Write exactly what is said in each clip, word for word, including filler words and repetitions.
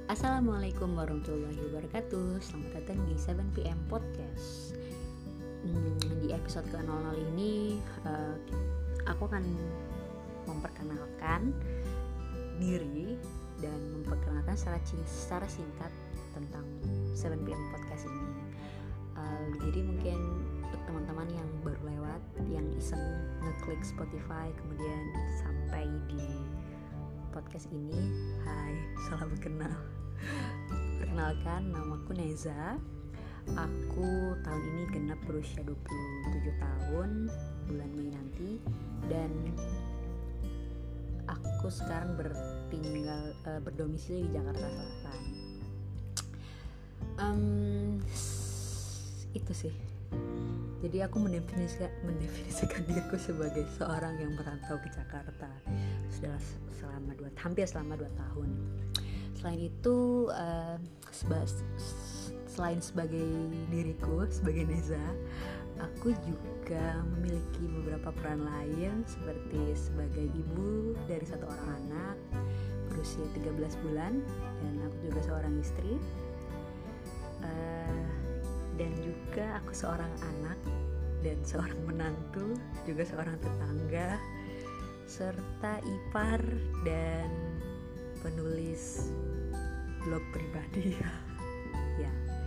Assalamualaikum warahmatullahi wabarakatuh. Selamat datang di seven p m Podcast. hmm, Di episode ke nol nol ini uh, Aku akan memperkenalkan diri dan memperkenalkan secara, secara singkat tentang seven p m Podcast ini. uh, Jadi mungkin untuk teman-teman yang baru lewat, yang iseng ngeklik Spotify kemudian sampai di podcast ini, hai, salam kenal. Perkenalkan, namaku Neza. Aku tahun ini genap berusia dua puluh tujuh tahun bulan Mei nanti, dan aku sekarang bertinggal uh, berdomisili di Jakarta Selatan. Um, itu sih. Jadi aku mendefinisikan, mendefinisikan diriku sebagai seorang yang merantau ke Jakarta sudah selama dua, hampir selama dua tahun. Selain itu, uh, seba, selain sebagai diriku, sebagai Neza, aku juga memiliki beberapa peran lain seperti sebagai ibu dari satu orang anak berusia tiga belas bulan, dan aku juga seorang istri. Uh, dan juga aku seorang anak dan seorang menantu, juga seorang tetangga, serta ipar dan penulis blog pribadi. Ya,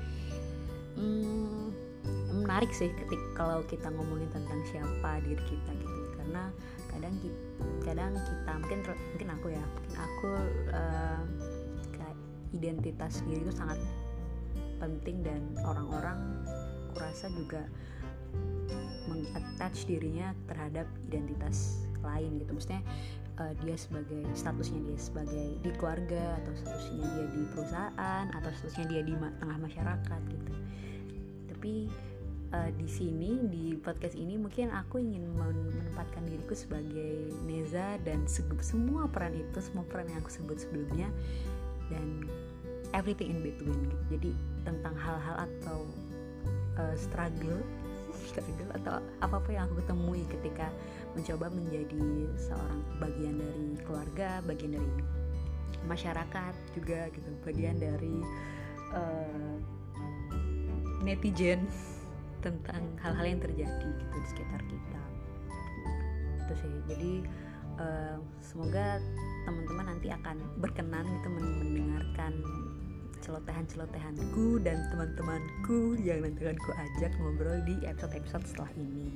hmm, menarik sih ketika kalau kita ngomongin tentang siapa diri kita gitu, karena kadang kadang kita mungkin mungkin aku ya mungkin aku uh, kayak identitas diri itu sangat penting, dan orang-orang kurasa juga mengattach dirinya terhadap identitas lain gitu. Maksudnya uh, dia sebagai statusnya dia sebagai di keluarga, atau statusnya dia di perusahaan, atau statusnya dia di ma- tengah masyarakat gitu. Tapi uh, di sini di podcast ini mungkin aku ingin menempatkan diriku sebagai Neza, dan se- semua peran itu, semua peran yang aku sebut sebelumnya, dan everything in between gitu. Jadi tentang hal-hal atau uh, struggle struggle atau apa-apa yang aku temui ketika mencoba menjadi seorang bagian dari keluarga, bagian dari masyarakat juga gitu, bagian dari uh, netizen tentang hal-hal yang terjadi gitu di sekitar kita. Itu sih. Jadi uh, semoga teman-teman nanti akan berkenan gitu mendengarkan celotehan-celotehanku dan teman-temanku yang nanti akan ku ajak ngobrol di episode-episode setelah ini.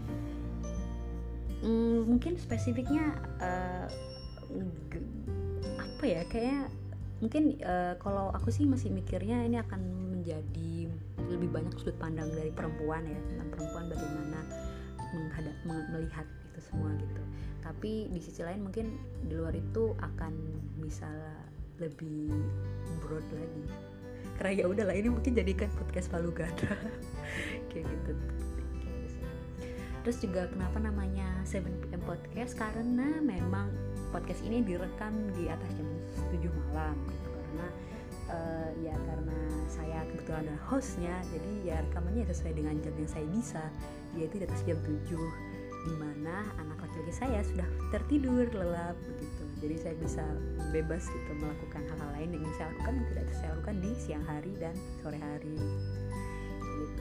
Hmm, mungkin spesifiknya uh, g- apa ya? Kayak mungkin uh, kalau aku sih masih mikirnya ini akan menjadi lebih banyak sudut pandang dari perempuan ya, tentang perempuan bagaimana menghadap, melihat itu semua gitu. Tapi di sisi lain mungkin di luar itu akan bisa lebih broad lagi, karena ya udahlah ini mungkin jadikan podcast Palu Gada kayak gitu. Terus juga kenapa namanya seven p m Podcast, karena memang podcast ini direkam di atas jam tujuh malam gitu, karena uh, ya karena saya kebetulan adalah hostnya, jadi ya rekamannya sesuai dengan jam yang saya bisa, yaitu di atas jam tujuh, dimana anak laki-laki saya sudah tertidur lelap begitu. Jadi saya bisa bebas gitu melakukan hal-hal lain yang ingin saya lakukan yang tidak saya lakukan di siang hari dan sore hari gitu.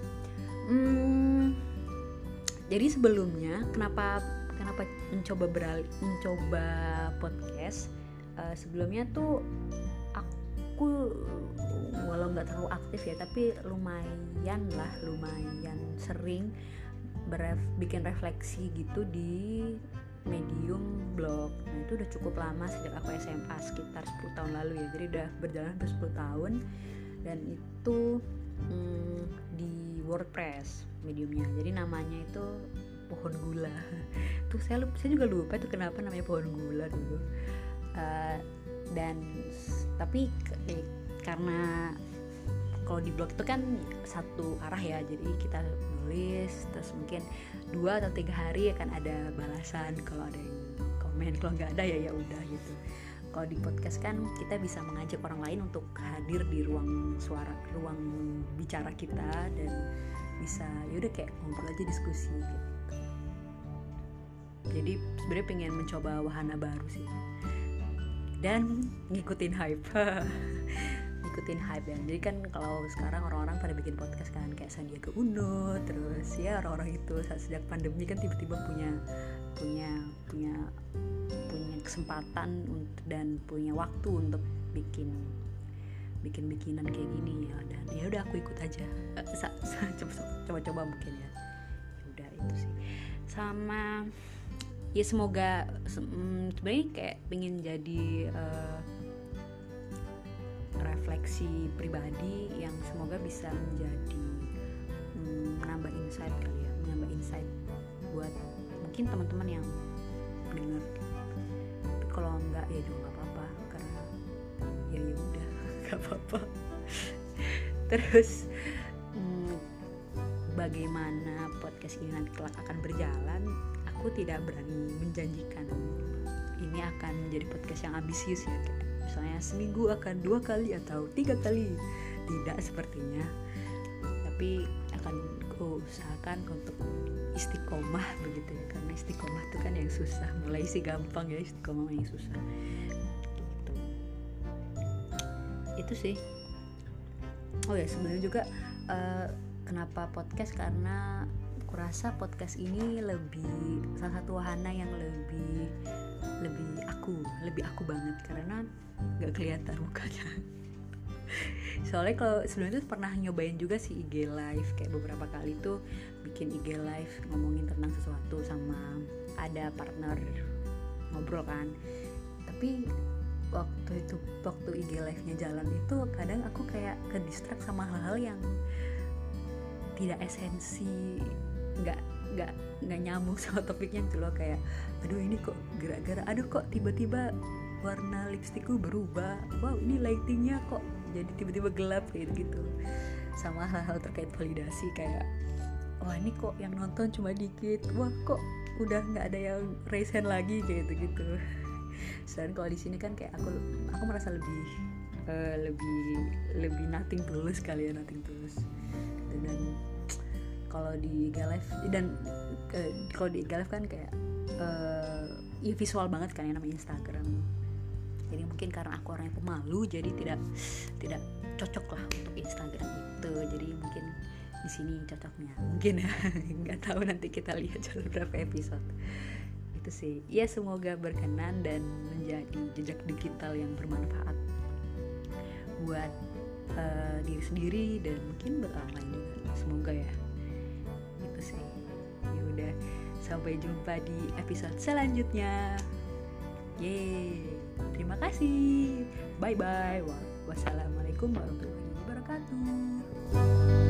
Hmm, jadi sebelumnya kenapa kenapa mencoba beralih mencoba podcast? Uh, sebelumnya tuh aku walau nggak terlalu aktif ya, tapi lumayan lah, lumayan sering beref, bikin refleksi gitu di medium blog. Nah itu udah cukup lama, sejak aku S M A sekitar sepuluh tahun lalu ya, jadi udah berjalan hampir sepuluh tahun. Dan itu hmm, di WordPress mediumnya, jadi namanya itu Pohon Gula. Tuh saya lupa, saya juga lupa itu kenapa namanya Pohon Gula dulu. Uh, dan tapi eh, karena kalau di blog itu kan satu arah ya, jadi kita nulis terus mungkin dua atau tiga hari akan ada balasan kalau ada yang komen, kalau nggak ada ya ya udah gitu. Kalau di podcast kan kita bisa mengajak orang lain untuk hadir di ruang suara, ruang bicara kita, dan bisa yaudah kayak ngobrol aja, diskusi gitu. Jadi sebenarnya pengen mencoba wahana baru sih. dan ngikutin hype. Ngikutin hype ya. Jadi kan kalau sekarang orang-orang pada bikin podcast kan kayak Sandiaga Uno, terus ya orang-orang itu saat sejak pandemi kan tiba-tiba punya punya punya punya kesempatan dan punya waktu untuk bikin bikin bikinan kayak gini ya, dan ya udah aku ikut aja. Coba-coba mungkin ya. Ya udah itu sih. Sama ya semoga sebenarnya kayak pengen jadi uh, refleksi pribadi yang semoga bisa menjadi um, menambah insight kali ya, menambah insight buat mungkin teman-teman yang dengar. Tapi kalau enggak ya juga nggak apa-apa, karena ya ya udah nggak apa-apa. Terus um, bagaimana podcast ini nanti kelak akan berjalan, aku tidak berani menjanjikan ini akan menjadi podcast yang ambisius ya, kayak misalnya seminggu akan dua kali atau tiga kali, tidak sepertinya. Tapi akan aku usahakan untuk istiqomah begitu ya, karena istiqomah itu kan yang susah, mulai sih gampang ya, istiqomah yang susah gitu. Itu sih. Oh ya sebenarnya juga uh, kenapa podcast, karena aku rasa podcast ini lebih salah satu wahana yang lebih lebih aku lebih aku banget, karena nggak kelihatan mukanya. Soalnya kalau sebelumnya tuh pernah nyobain juga sih I G live, kayak beberapa kali tuh bikin I G live ngomongin tentang sesuatu sama ada partner ngobrol kan. Tapi waktu itu waktu I G live-nya jalan itu kadang aku kayak ke distract sama hal-hal yang tidak esensi, nggak nggak nggak nyambung sama topiknya gitu loh. Kayak aduh ini kok gara-gara aduh kok tiba-tiba warna lipstikku berubah, wow ini lightingnya kok jadi tiba-tiba gelap kayak gitu. Sama hal-hal terkait validasi kayak wah ini kok yang nonton cuma dikit, wah kok udah nggak ada yang raise hand lagi kayak gitu-gitu. Sedangkan kalau di sini kan kayak aku aku merasa lebih uh, lebih lebih nothing tulus kali ya, nothing tulus. Dan kalau di I G Live dan uh, kalau di I G Live kan kayak uh, ya visual banget kan ya, namanya Instagram. Jadi mungkin karena aku orang yang pemalu, jadi tidak tidak cocok lah untuk Instagram itu. Jadi mungkin di sini cocoknya mungkin ya. Nggak tahu, nanti kita lihat jalan berapa episode. Itu sih. Ya semoga berkenan dan menjadi jejak digital yang bermanfaat buat uh, diri sendiri dan mungkin buat orang lain juga. Semoga ya. Itu sih. Ya udah, sampai jumpa di episode selanjutnya. Yeay. Terima kasih. Bye bye. Wassalamualaikum warahmatullahi wabarakatuh.